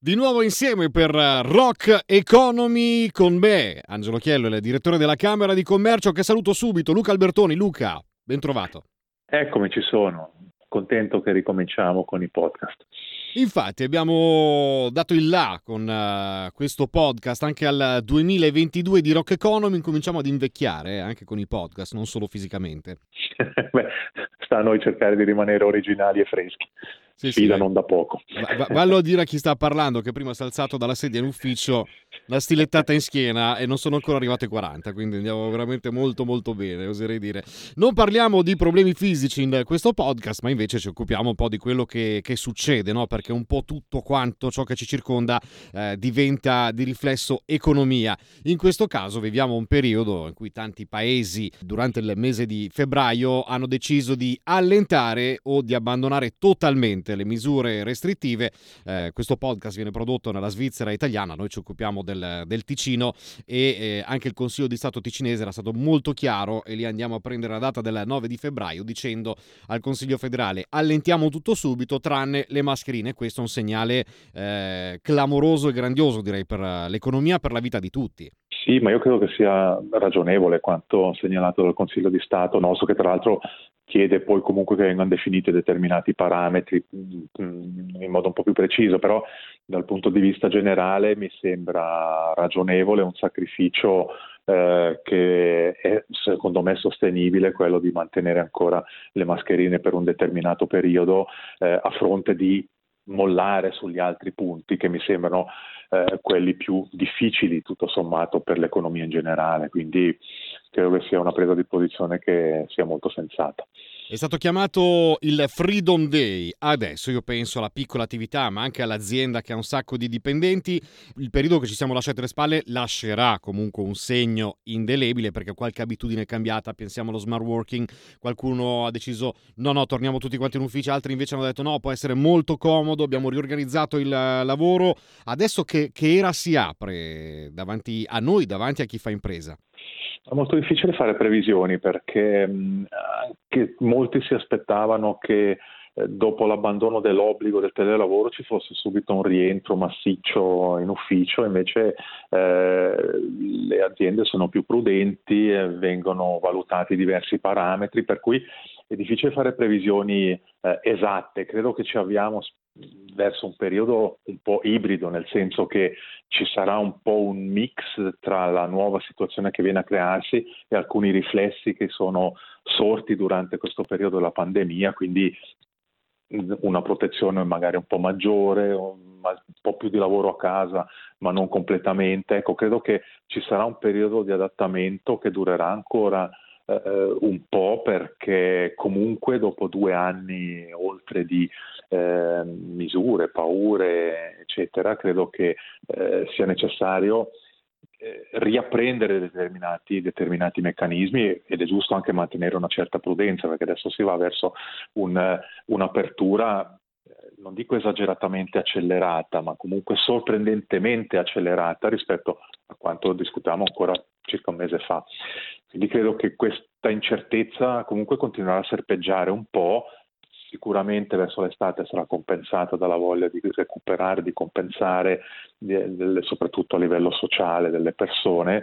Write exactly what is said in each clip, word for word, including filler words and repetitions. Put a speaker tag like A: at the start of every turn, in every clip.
A: Di nuovo insieme per Rock Economy con me, Angelo Chiello, il direttore della Camera di Commercio, che saluto subito, Luca Albertoni. Luca, ben trovato.
B: Eccomi, ci sono. Contento che ricominciamo con i podcast.
A: Infatti abbiamo dato il là con uh, questo podcast anche al duemilaventidue di Rock Economy. Incominciamo ad invecchiare eh, anche con i podcast, non solo fisicamente.
B: Beh, sta a noi cercare di rimanere originali e freschi.
A: Sì,
B: Sfida
A: sì.
B: non da poco.
A: Va- vallo a dire a chi sta parlando che prima si è alzato dalla sedia in ufficio, la stilettata in schiena, e non sono ancora arrivate quaranta, quindi andiamo veramente molto molto bene, oserei dire. Non parliamo di problemi fisici in questo podcast, ma invece ci occupiamo un po' di quello che, che succede, no? Perché un po' tutto quanto ciò che ci circonda eh, diventa di riflesso economia. In questo caso viviamo un periodo in cui tanti paesi durante il mese di febbraio hanno deciso di allentare o di abbandonare totalmente le misure restrittive. Eh, questo podcast viene prodotto nella Svizzera italiana, noi ci occupiamo del, del Ticino e eh, anche il Consiglio di Stato ticinese era stato molto chiaro, e lì andiamo a prendere la data del nove di febbraio dicendo al Consiglio federale: allentiamo tutto subito tranne le mascherine. Questo è un segnale eh, clamoroso e grandioso, direi, per l'economia, per la vita di tutti.
B: Sì, ma io credo che sia ragionevole quanto segnalato dal Consiglio di Stato nostro, che tra l'altro chiede poi comunque che vengano definiti determinati parametri in modo un po' più preciso, però dal punto di vista generale mi sembra ragionevole, un sacrificio eh, che è secondo me sostenibile, quello di mantenere ancora le mascherine per un determinato periodo eh, a fronte di mollare sugli altri punti che mi sembrano eh, quelli più difficili tutto sommato per l'economia in generale, quindi credo che sia una presa di posizione che sia molto sensata.
A: È stato chiamato il Freedom Day. Adesso io penso alla piccola attività, ma anche all'azienda che ha un sacco di dipendenti. Il periodo che ci siamo lasciati alle spalle lascerà comunque un segno indelebile, perché qualche abitudine è cambiata. Pensiamo allo smart working. Qualcuno ha deciso no, no, torniamo tutti quanti in ufficio. Altri invece hanno detto no, può essere molto comodo. Abbiamo riorganizzato il lavoro. Adesso che, che era si apre davanti a noi, davanti a chi fa impresa?
B: È molto difficile fare previsioni, perché mh, anche molti si aspettavano che eh, dopo l'abbandono dell'obbligo del telelavoro ci fosse subito un rientro massiccio in ufficio. Invece eh, le aziende sono più prudenti, eh, vengono valutati diversi parametri, per cui è difficile fare previsioni eh, esatte. Credo che ci avviamo verso un periodo un po' ibrido, nel senso che ci sarà un po' un mix tra la nuova situazione che viene a crearsi e alcuni riflessi che sono sorti durante questo periodo della pandemia, quindi una protezione magari un po' maggiore, un po' più di lavoro a casa, ma non completamente. Ecco, credo che ci sarà un periodo di adattamento che durerà ancora eh, un po', perché comunque dopo due anni oltre di eh, misure, paure, eccetera, credo che eh, sia necessario eh, riapprendere determinati, determinati meccanismi, ed è giusto anche mantenere una certa prudenza, perché adesso si va verso un, un'apertura, non dico esageratamente accelerata, ma comunque sorprendentemente accelerata rispetto a quanto discutavamo ancora circa un mese fa. Quindi credo che questa incertezza comunque continuerà a serpeggiare un po'. Sicuramente verso l'estate sarà compensata dalla voglia di recuperare, di compensare, di, di, soprattutto a livello sociale delle persone,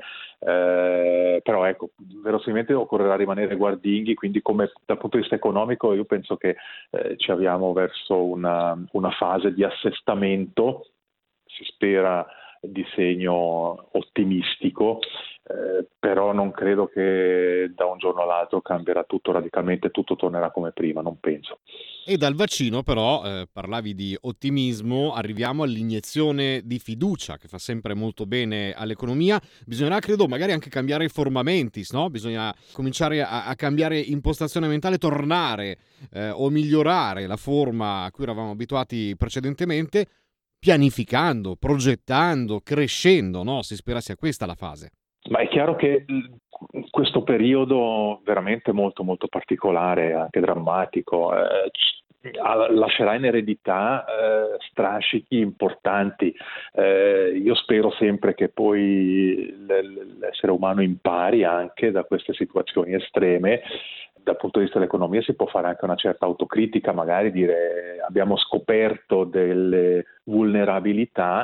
B: eh, però ecco, verosimilmente occorrerà rimanere guardinghi, quindi come dal punto di vista economico io penso che eh, ci avviamo verso una, una fase di assestamento, si spera di segno ottimistico, eh, però non credo che da un giorno all'altro cambierà tutto radicalmente, tutto tornerà come prima, non penso.
A: E dal vaccino però, eh, parlavi di ottimismo, arriviamo all'iniezione di fiducia che fa sempre molto bene all'economia. Bisognerà, credo, magari anche cambiare i forma mentis, no? Bisogna cominciare a, a cambiare impostazione mentale, tornare eh, o migliorare la forma a cui eravamo abituati precedentemente, pianificando, progettando, crescendo, no? Si spera sia questa la fase.
B: Ma è chiaro che questo periodo veramente molto molto particolare, anche drammatico, eh, lascerà in eredità eh, strascichi importanti. Eh, io spero sempre che poi l- l'essere umano impari anche da queste situazioni estreme, dal punto di vista dell'economia si può fare anche una certa autocritica, magari dire abbiamo scoperto delle vulnerabilità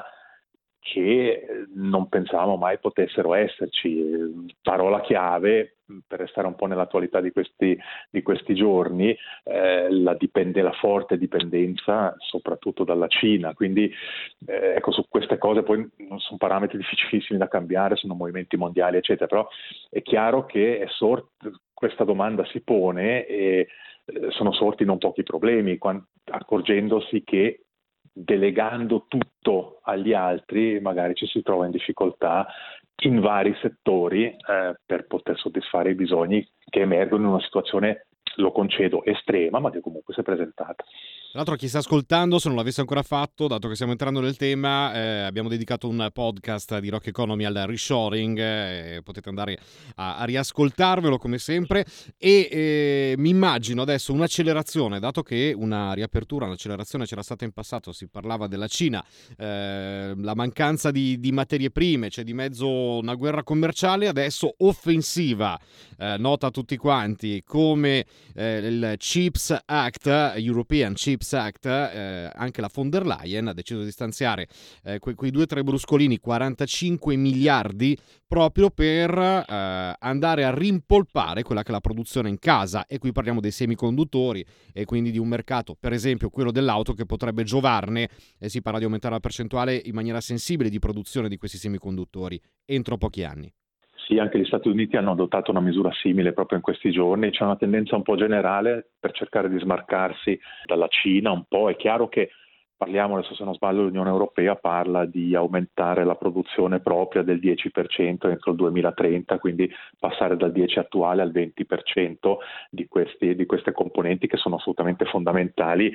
B: che non pensavamo mai potessero esserci. Parola chiave, per restare un po' nell'attualità di questi, di questi giorni, eh, la, dipende, la forte dipendenza soprattutto dalla Cina, quindi eh, ecco, su queste cose poi non sono parametri difficilissimi da cambiare, sono movimenti mondiali eccetera, però è chiaro che è sort- questa domanda si pone e eh, sono sorti non pochi problemi, quando, accorgendosi che delegando tutto agli altri magari ci si trova in difficoltà in vari settori eh, per poter soddisfare i bisogni che emergono in una situazione, lo concedo, estrema, ma che comunque si è presentata.
A: Tra l'altro, chi sta ascoltando, se non l'avesse ancora fatto, dato che stiamo entrando nel tema, eh, abbiamo dedicato un podcast di Rock Economy al reshoring, eh, potete andare a, a riascoltarvelo come sempre e eh, mi immagino adesso un'accelerazione, dato che una riapertura, un'accelerazione c'era stata in passato, si parlava della Cina, eh, la mancanza di, di materie prime, c'è di mezzo una guerra commerciale, adesso offensiva, eh, nota a tutti quanti come eh, il CHIPS Act, European CHIPS Act, eh, anche la von der Leyen ha deciso di stanziare eh, que- quei due o tre bruscolini, quarantacinque miliardi, proprio per eh, andare a rimpolpare quella che è la produzione in casa, e qui parliamo dei semiconduttori e quindi di un mercato, per esempio quello dell'auto, che potrebbe giovarne, e si parla di aumentare la percentuale in maniera sensibile di produzione di questi semiconduttori entro pochi anni.
B: Sì, anche gli Stati Uniti hanno adottato una misura simile proprio in questi giorni. C'è una tendenza un po' generale per cercare di smarcarsi dalla Cina un po'. È chiaro che parliamo, adesso se non sbaglio, l'Unione Europea parla di aumentare la produzione propria del dieci per cento entro il duemilatrenta, quindi passare dal dieci attuale al venti per cento di, questi, di queste componenti che sono assolutamente fondamentali.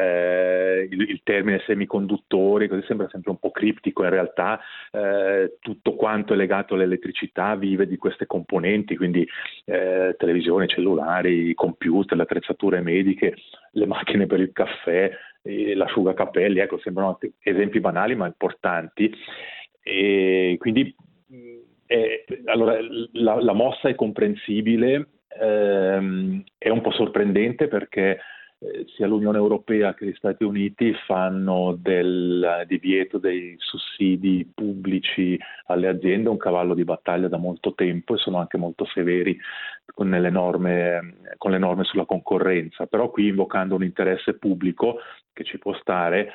B: Eh, il, il termine semiconduttori così sembra sempre un po' criptico, in realtà eh, tutto quanto è legato all'elettricità vive di queste componenti, quindi eh, televisioni, cellulari, computer, le attrezzature mediche, le macchine per il caffè, l'asciugacapelli, ecco, sembrano esempi banali ma importanti, e quindi eh, allora, la, la mossa è comprensibile, ehm, è un po' sorprendente perché eh, sia l'Unione Europea che gli Stati Uniti fanno del divieto dei sussidi pubblici alle aziende un cavallo di battaglia da molto tempo e sono anche molto severi con le norme, con le norme sulla concorrenza, però qui invocando un interesse pubblico che ci può stare,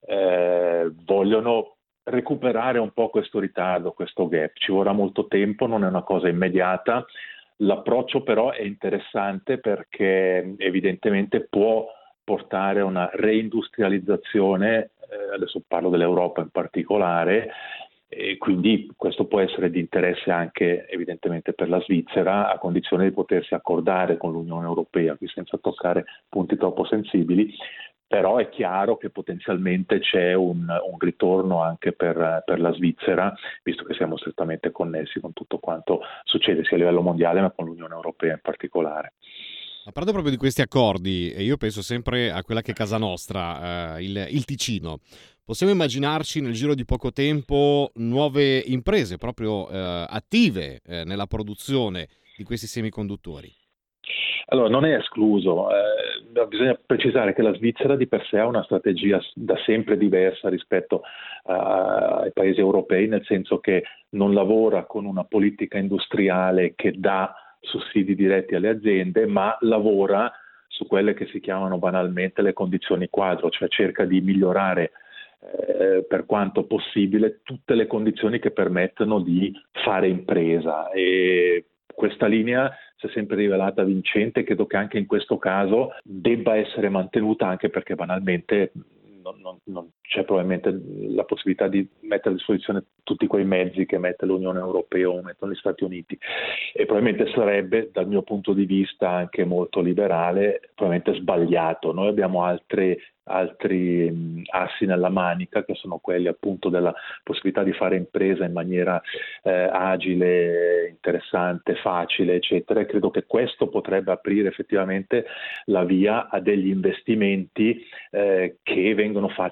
B: eh, vogliono recuperare un po' questo ritardo, questo gap. Ci vorrà molto tempo, non è una cosa immediata. L'approccio però è interessante perché evidentemente può portare a una reindustrializzazione, eh, adesso parlo dell'Europa in particolare, e quindi questo può essere di interesse anche evidentemente per la Svizzera, a condizione di potersi accordare con l'Unione Europea, qui senza toccare punti troppo sensibili. Però è chiaro che potenzialmente c'è un, un ritorno anche per, per la Svizzera, visto che siamo strettamente connessi con tutto quanto succede sia a livello mondiale ma con l'Unione Europea in particolare.
A: Ma parlo proprio di questi accordi, e io penso sempre a quella che è casa nostra, eh, il, il Ticino. Possiamo immaginarci nel giro di poco tempo nuove imprese proprio eh, attive eh, nella produzione di questi semiconduttori?
B: Allora, non è escluso, eh, bisogna precisare che la Svizzera di per sé ha una strategia da sempre diversa rispetto a, ai paesi europei, nel senso che non lavora con una politica industriale che dà sussidi diretti alle aziende, ma lavora su quelle che si chiamano banalmente le condizioni quadro, cioè cerca di migliorare eh, per quanto possibile tutte le condizioni che permettono di fare impresa, e questa linea si è sempre rivelata vincente e credo che anche in questo caso debba essere mantenuta, anche perché banalmente non, non, non c'è probabilmente la possibilità di mettere a disposizione tutti quei mezzi che mette l'Unione Europea o mettono gli Stati Uniti, e probabilmente sarebbe, dal mio punto di vista anche molto liberale, probabilmente sbagliato. Noi abbiamo altre altri mh, assi nella manica, che sono quelli appunto della possibilità di fare impresa in maniera eh, agile, interessante, facile, eccetera, e credo che questo potrebbe aprire effettivamente la via a degli investimenti eh, che vengono fatti nel quadro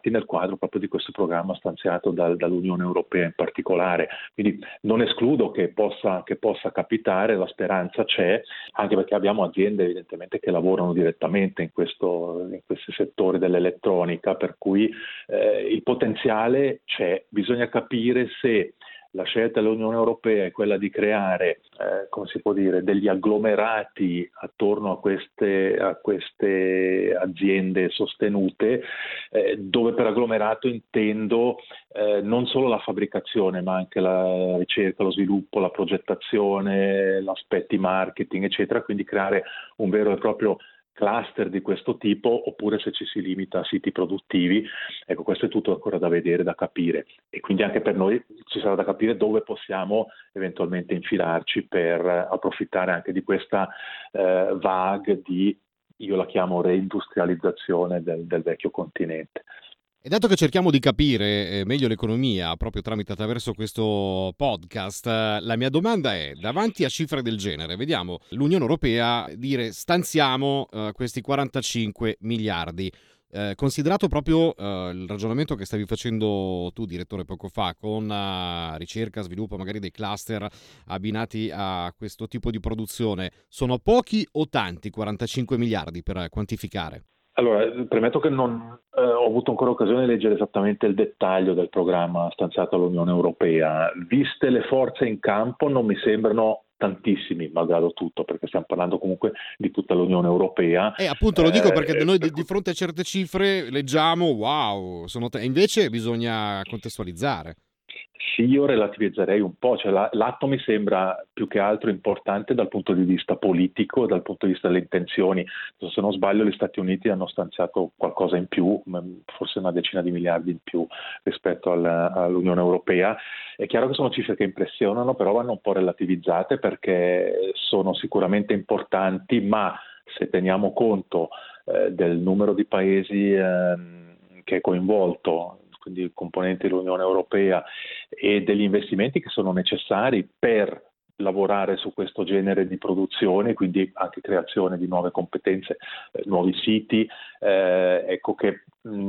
B: quadro proprio di questo programma stanziato dal, dall'Unione Europea in particolare. Quindi non escludo che possa, che possa capitare, la speranza c'è, anche perché abbiamo aziende evidentemente che lavorano direttamente in, questo, in questi settori dell'elettronica, per cui eh, il potenziale c'è, bisogna capire se la scelta dell'Unione Europea è quella di creare, eh, come si può dire, degli agglomerati attorno a queste, a queste aziende sostenute, eh, dove per agglomerato intendo eh, non solo la fabbricazione, ma anche la ricerca, lo sviluppo, la progettazione, gli aspetti marketing, eccetera, quindi creare un vero e proprio cluster di questo tipo, oppure se ci si limita a siti produttivi. Ecco, questo è tutto ancora da vedere, da capire, e quindi anche per noi ci sarà da capire dove possiamo eventualmente infilarci per approfittare anche di questa eh, vague di, io la chiamo reindustrializzazione del, del vecchio continente.
A: E dato che cerchiamo di capire meglio l'economia proprio tramite attraverso questo podcast, la mia domanda è: davanti a cifre del genere, vediamo l'Unione Europea dire stanziamo uh, questi quarantacinque miliardi, eh, considerato proprio uh, il ragionamento che stavi facendo tu, direttore, poco fa, con uh, ricerca, sviluppo magari dei cluster abbinati a questo tipo di produzione, sono pochi o tanti quarantacinque miliardi per quantificare?
B: Allora, premetto che non eh, ho avuto ancora occasione di leggere esattamente il dettaglio del programma stanziato dall'Unione Europea. Viste le forze in campo, non mi sembrano tantissimi, malgrado tutto, perché stiamo parlando comunque di tutta l'Unione Europea.
A: E eh, appunto lo dico perché
B: eh,
A: noi
B: per
A: di, di fronte a certe cifre leggiamo wow, sono t- invece bisogna contestualizzare.
B: Sì, io relativizzerei un po', cioè la, l'atto mi sembra più che altro importante dal punto di vista politico, dal punto di vista delle intenzioni. Se non sbaglio gli Stati Uniti hanno stanziato qualcosa in più, forse una decina di miliardi in più rispetto al, all'Unione Europea. È chiaro che sono cifre che impressionano, però vanno un po' relativizzate perché sono sicuramente importanti, ma se teniamo conto eh, del numero di paesi eh, che è coinvolto, quindi componenti dell'Unione Europea, e degli investimenti che sono necessari per lavorare su questo genere di produzione, quindi anche creazione di nuove competenze, eh, nuovi siti, eh, ecco che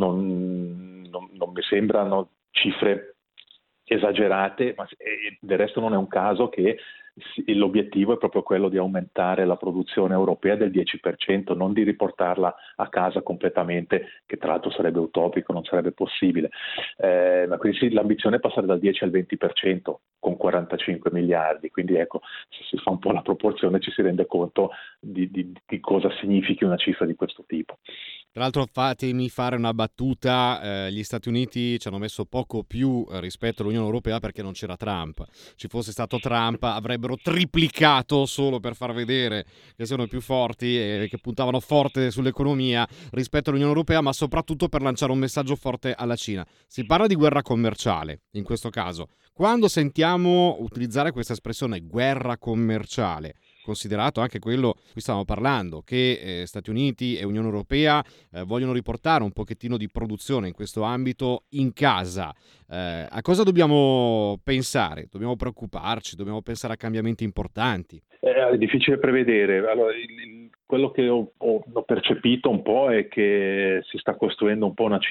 B: non, non, non mi sembrano cifre esagerate, ma del resto non è un caso che l'obiettivo è proprio quello di aumentare la produzione europea del dieci per cento, non di riportarla a casa completamente, che tra l'altro sarebbe utopico, non sarebbe possibile. Eh, ma quindi sì, l'ambizione è passare dal dieci al venti per cento con quarantacinque miliardi, quindi ecco, se si fa un po' la proporzione ci si rende conto di, di, di cosa significhi una cifra di questo tipo.
A: Tra l'altro fatemi fare una battuta, eh, gli Stati Uniti ci hanno messo poco più rispetto all'Unione Europea perché non c'era Trump. Ci fosse stato Trump avrebbero triplicato solo per far vedere che sono più forti e che puntavano forte sull'economia rispetto all'Unione Europea, ma soprattutto per lanciare un messaggio forte alla Cina. Si parla di guerra commerciale in questo caso. Quando sentiamo utilizzare questa espressione guerra commerciale, considerato anche quello di cui stavamo parlando, che eh, Stati Uniti e Unione Europea eh, vogliono riportare un pochettino di produzione in questo ambito in casa, eh, a cosa dobbiamo pensare? Dobbiamo preoccuparci? Dobbiamo pensare a cambiamenti importanti?
B: È difficile prevedere. Allora, il, il, quello che ho, ho, ho percepito un po' è che si sta costruendo un po' una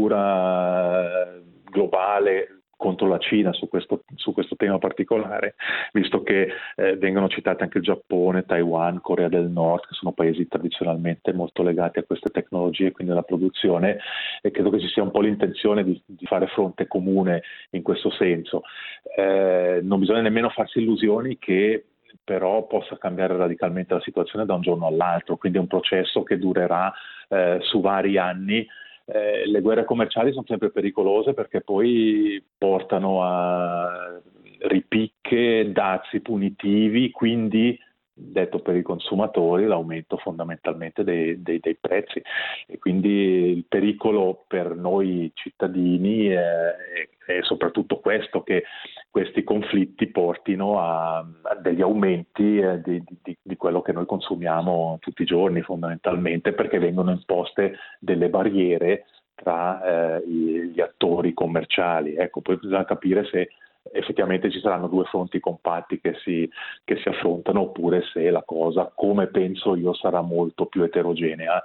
B: cintura globale contro la Cina su questo, su questo tema particolare, visto che eh, vengono citate anche il Giappone, Taiwan, Corea del Nord, che sono paesi tradizionalmente molto legati a queste tecnologie, quindi alla produzione, e credo che ci sia un po' l'intenzione di, di fare fronte comune in questo senso. Eh, non bisogna nemmeno farsi illusioni che però possa cambiare radicalmente la situazione da un giorno all'altro, quindi è un processo che durerà eh, su vari anni. Eh, le guerre commerciali sono sempre pericolose perché poi portano a ripicche, dazi punitivi, quindi detto per i consumatori l'aumento fondamentalmente dei, dei, dei prezzi, e quindi il pericolo per noi cittadini è, è soprattutto questo, che questi conflitti portino a, a degli aumenti eh, di, di, di quello che noi consumiamo tutti i giorni fondamentalmente, perché vengono imposte delle barriere tra eh, gli attori commerciali. Ecco, poi bisogna capire se effettivamente ci saranno due fronti compatti che si, che si affrontano, oppure se la cosa, come penso io, sarà molto più eterogenea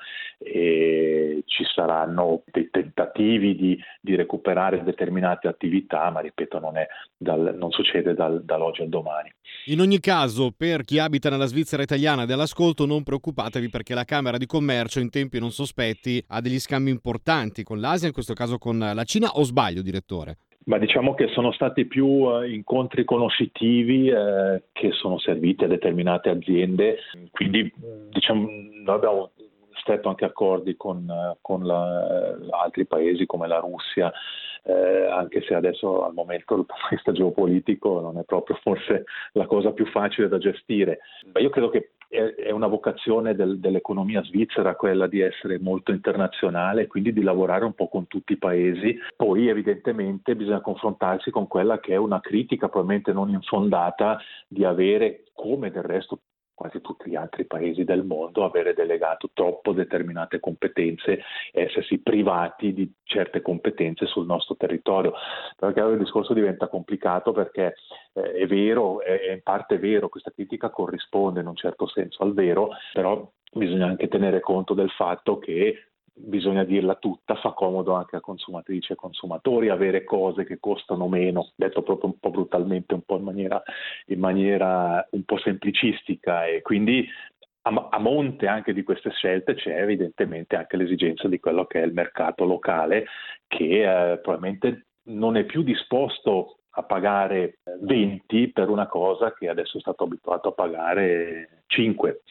B: e ci saranno dei tentativi di, di recuperare determinate attività, ma ripeto, non, è dal, non succede dal, dall'oggi al domani.
A: In ogni caso, per chi abita nella Svizzera italiana dell'ascolto, non preoccupatevi, perché la Camera di Commercio in tempi non sospetti ha degli scambi importanti con l'Asia, in questo caso con la Cina, o sbaglio, direttore?
B: Ma diciamo che sono stati più uh, incontri conoscitivi eh, che sono serviti a determinate aziende, quindi diciamo noi abbiamo stretto anche accordi con, uh, con la, uh, altri paesi come la Russia, eh, anche se adesso al momento dal punto di vista geopolitico non è proprio forse la cosa più facile da gestire. Ma io credo che è una vocazione del, dell'economia svizzera quella di essere molto internazionale, quindi di lavorare un po' con tutti i paesi. Poi evidentemente bisogna confrontarsi con quella che è una critica probabilmente non infondata di avere, come del resto quasi tutti gli altri paesi del mondo, avere delegato troppo determinate competenze, essersi privati di certe competenze sul nostro territorio. Perché il discorso diventa complicato, perché eh, è vero, è in parte vero, questa critica corrisponde in un certo senso al vero, però bisogna anche tenere conto del fatto che bisogna dirla tutta, fa comodo anche a consumatrici e consumatori avere cose che costano meno, detto proprio un po' brutalmente, un po' in maniera, in maniera un po' semplicistica, e quindi a, a monte anche di queste scelte c'è evidentemente anche l'esigenza di quello che è il mercato locale, che eh, probabilmente non è più disposto a pagare venti per una cosa che adesso è stato abituato a pagare cinque.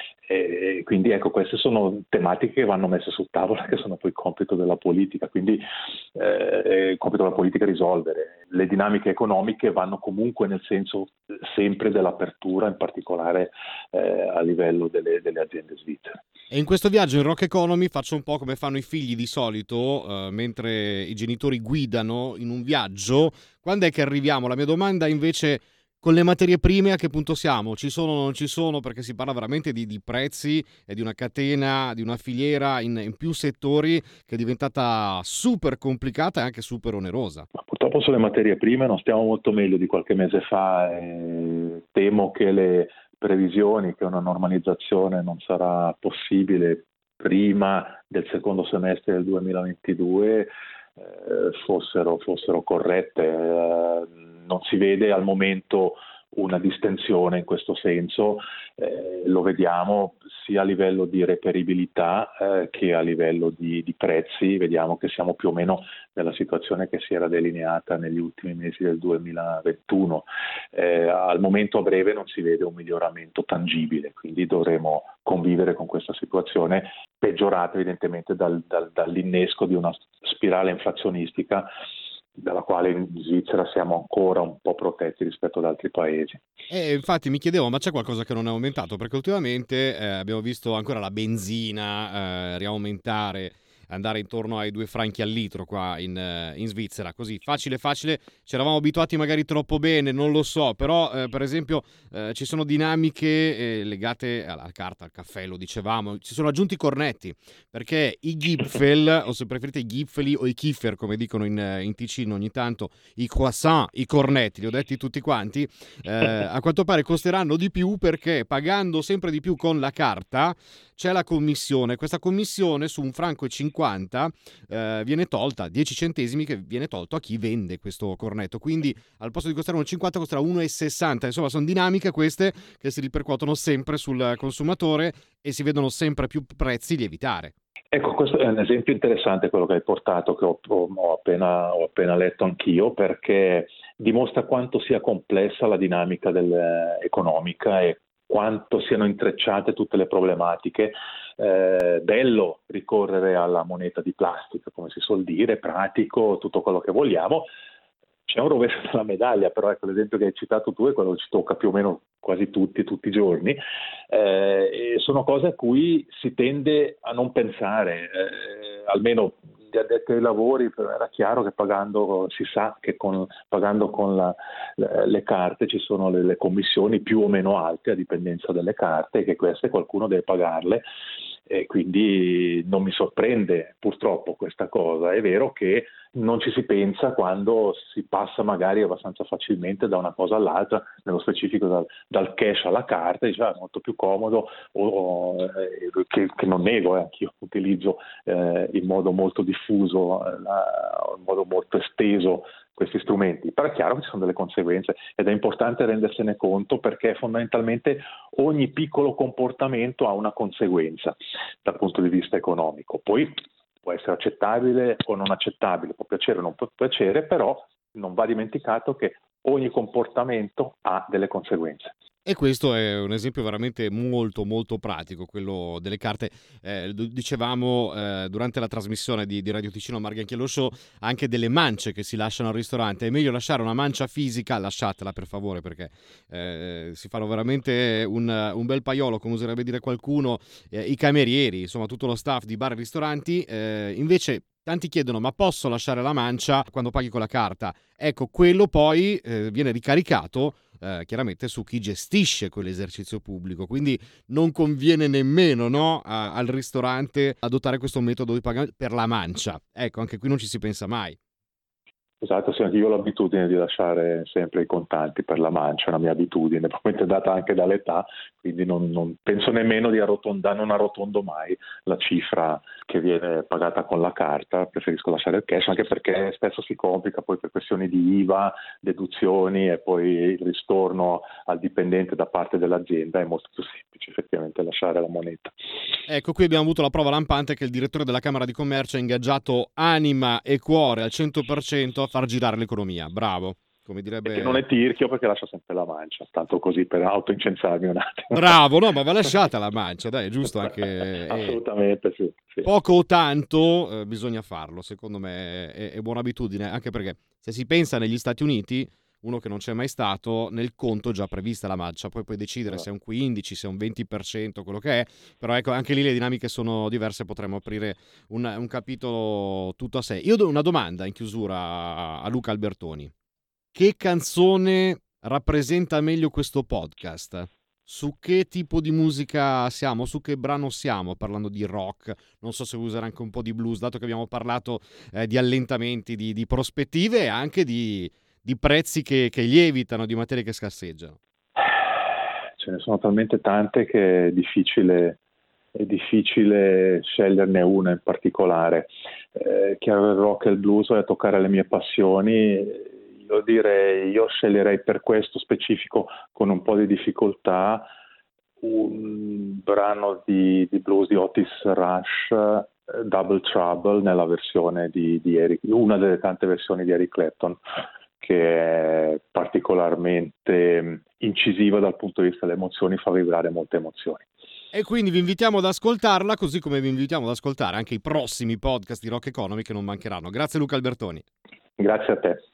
B: E quindi ecco, queste sono tematiche che vanno messe sul tavolo, che sono poi compito della politica, quindi eh, il compito della politica è risolvere. Le dinamiche economiche vanno comunque nel senso sempre dell'apertura, in particolare eh, a livello delle, delle aziende svizzere.
A: E in questo viaggio in Rock Economy faccio un po' come fanno i figli di solito, eh, mentre i genitori guidano in un viaggio. Quando è che arriviamo? La mia domanda invece: con le materie prime a che punto siamo? Ci sono o non ci sono? Perché si parla veramente di, di prezzi e di una catena, di una filiera in, in più settori che è diventata super complicata e anche super onerosa.
B: Ma purtroppo sulle materie prime non stiamo molto meglio di qualche mese fa, e temo che le previsioni che una normalizzazione non sarà possibile prima del secondo semestre del duemilaventidue eh, fossero, fossero corrette. Eh, non si vede al momento una distensione in questo senso, eh, lo vediamo sia a livello di reperibilità eh, che a livello di, di prezzi. Vediamo che siamo più o meno nella situazione che si era delineata negli ultimi mesi del duemilaventuno. Eh, al momento a breve non si vede un miglioramento tangibile, quindi dovremo convivere con questa situazione peggiorata evidentemente dal, dal, dall'innesco di una spirale inflazionistica dalla quale in Svizzera siamo ancora un po' protetti rispetto ad altri paesi.
A: E infatti mi chiedevo, ma c'è qualcosa che non è aumentato? Perché ultimamente eh, abbiamo visto ancora la benzina eh, riaumentare, andare intorno ai due franchi al litro qua in, eh, in Svizzera, così facile facile. Ci eravamo abituati magari troppo bene, non lo so, però eh, per esempio eh, ci sono dinamiche eh, legate alla carta, al caffè, lo dicevamo, ci sono aggiunti i cornetti, perché i Gipfel, o se preferite i Gipfeli o i Kiffer, come dicono in, in Ticino ogni tanto, i croissant, i cornetti, li ho detti tutti quanti, eh, a quanto pare costeranno di più, perché pagando sempre di più con la carta c'è la commissione. Questa commissione su un franco e cinquanta eh, viene tolta, dieci centesimi che viene tolto a chi vende questo cornetto, quindi al posto di costare uno virgola cinquanta costerà uno virgola sessanta. Insomma, sono dinamiche queste che si ripercuotono sempre sul consumatore e si vedono sempre più prezzi lievitare.
B: Ecco, questo è un esempio interessante, quello che hai portato, che ho, ho, appena, ho appena letto anch'io, perché dimostra quanto sia complessa la dinamica del, economica e quanto siano intrecciate tutte le problematiche. Eh, bello ricorrere alla moneta di plastica, come si suol dire, pratico, tutto quello che vogliamo. C'è un rovescio della medaglia, però ecco, l'esempio che hai citato tu è quello che ci tocca più o meno quasi tutti, tutti i giorni. Eh, e sono cose a cui si tende a non pensare, eh, almeno gli addetti ai lavori. Era chiaro che pagando, si sa che con, pagando con la, le carte ci sono le, le commissioni più o meno alte a dipendenza delle carte, e che queste qualcuno deve pagarle. e quindi non mi sorprende purtroppo questa cosa. È vero che non ci si pensa quando si passa magari abbastanza facilmente da una cosa all'altra, nello specifico dal, dal cash alla carta, dice, ah, è molto più comodo, o, o, eh, che, che non nego, eh, anch'io utilizzo eh, in modo molto diffuso, eh, la, in modo molto esteso questi strumenti, però è chiaro che ci sono delle conseguenze ed è importante rendersene conto, perché fondamentalmente ogni piccolo comportamento ha una conseguenza dal punto di vista economico. Poi può essere accettabile o non accettabile, può piacere o non può piacere, però non va dimenticato che ogni comportamento ha delle conseguenze.
A: E questo è un esempio veramente molto molto pratico, quello delle carte. Eh, dicevamo eh, durante la trasmissione di, di Radio Ticino Marghi anche lo show, anche delle mance che si lasciano al ristorante. È meglio lasciare una mancia fisica, lasciatela per favore, perché eh, si fanno veramente un, un bel paiolo, come userebbe dire qualcuno, eh, i camerieri, insomma tutto lo staff di bar e ristoranti. Eh, invece tanti chiedono, ma posso lasciare la mancia quando paghi con la carta? Ecco, quello poi eh, viene ricaricato eh, chiaramente su chi gestisce quell'esercizio pubblico, quindi non conviene nemmeno, no, a, al ristorante adottare questo metodo di pagamento per la mancia. Ecco, anche qui non ci si pensa mai.
B: Esatto, sì, anche io ho l'abitudine di lasciare sempre i contanti per la mancia, è una mia abitudine, probabilmente data anche dall'età, quindi non, non penso nemmeno di arrotondare, non arrotondo mai la cifra che viene pagata con la carta, preferisco lasciare il cash, anche perché spesso si complica poi per questioni di I V A, deduzioni e poi il ristorno al dipendente da parte dell'azienda. È molto più semplice effettivamente lasciare la moneta.
A: Ecco, qui abbiamo avuto la prova lampante che il direttore della Camera di Commercio ha ingaggiato anima e cuore al cento per cento a far girare l'economia. Bravo. Come direbbe...
B: E che non è tirchio, perché lascia sempre la mancia, tanto così per autoincensarmi un attimo.
A: Bravo, no, ma va lasciata la mancia, dai, è giusto anche...
B: Assolutamente sì, sì.
A: Poco o tanto eh, bisogna farlo, secondo me è, è buona abitudine, anche perché se si pensa negli Stati Uniti, uno che non c'è mai stato, nel conto è già prevista la mancia, poi puoi decidere se è un quindici, se è un venti per cento, quello che è, però ecco, anche lì le dinamiche sono diverse, potremmo aprire un, un capitolo tutto a sé. Io do una domanda in chiusura a, a Luca Albertoni. Che canzone rappresenta meglio questo podcast? Su che tipo di musica siamo? Su che brano siamo? Parlando di rock, non so se usare anche un po' di blues, dato che abbiamo parlato eh, di allentamenti, di, di prospettive e anche di, di prezzi che, che lievitano, di materie che scarseggiano.
B: Ce ne sono talmente tante che è difficile, è difficile sceglierne una in particolare. Eh, chiaro, il rock e il blues è toccare le mie passioni. Io direi, io sceglierei per questo specifico, con un po' di difficoltà, un brano di, di blues di Otis Rush, uh, Double Trouble, nella versione di, di Eric, una delle tante versioni di Eric Clapton, che è particolarmente incisiva dal punto di vista delle emozioni, fa vibrare molte emozioni.
A: E quindi vi invitiamo ad ascoltarla, così come vi invitiamo ad ascoltare anche i prossimi podcast di Rock Economy che non mancheranno. Grazie Luca Albertoni.
B: Grazie a te.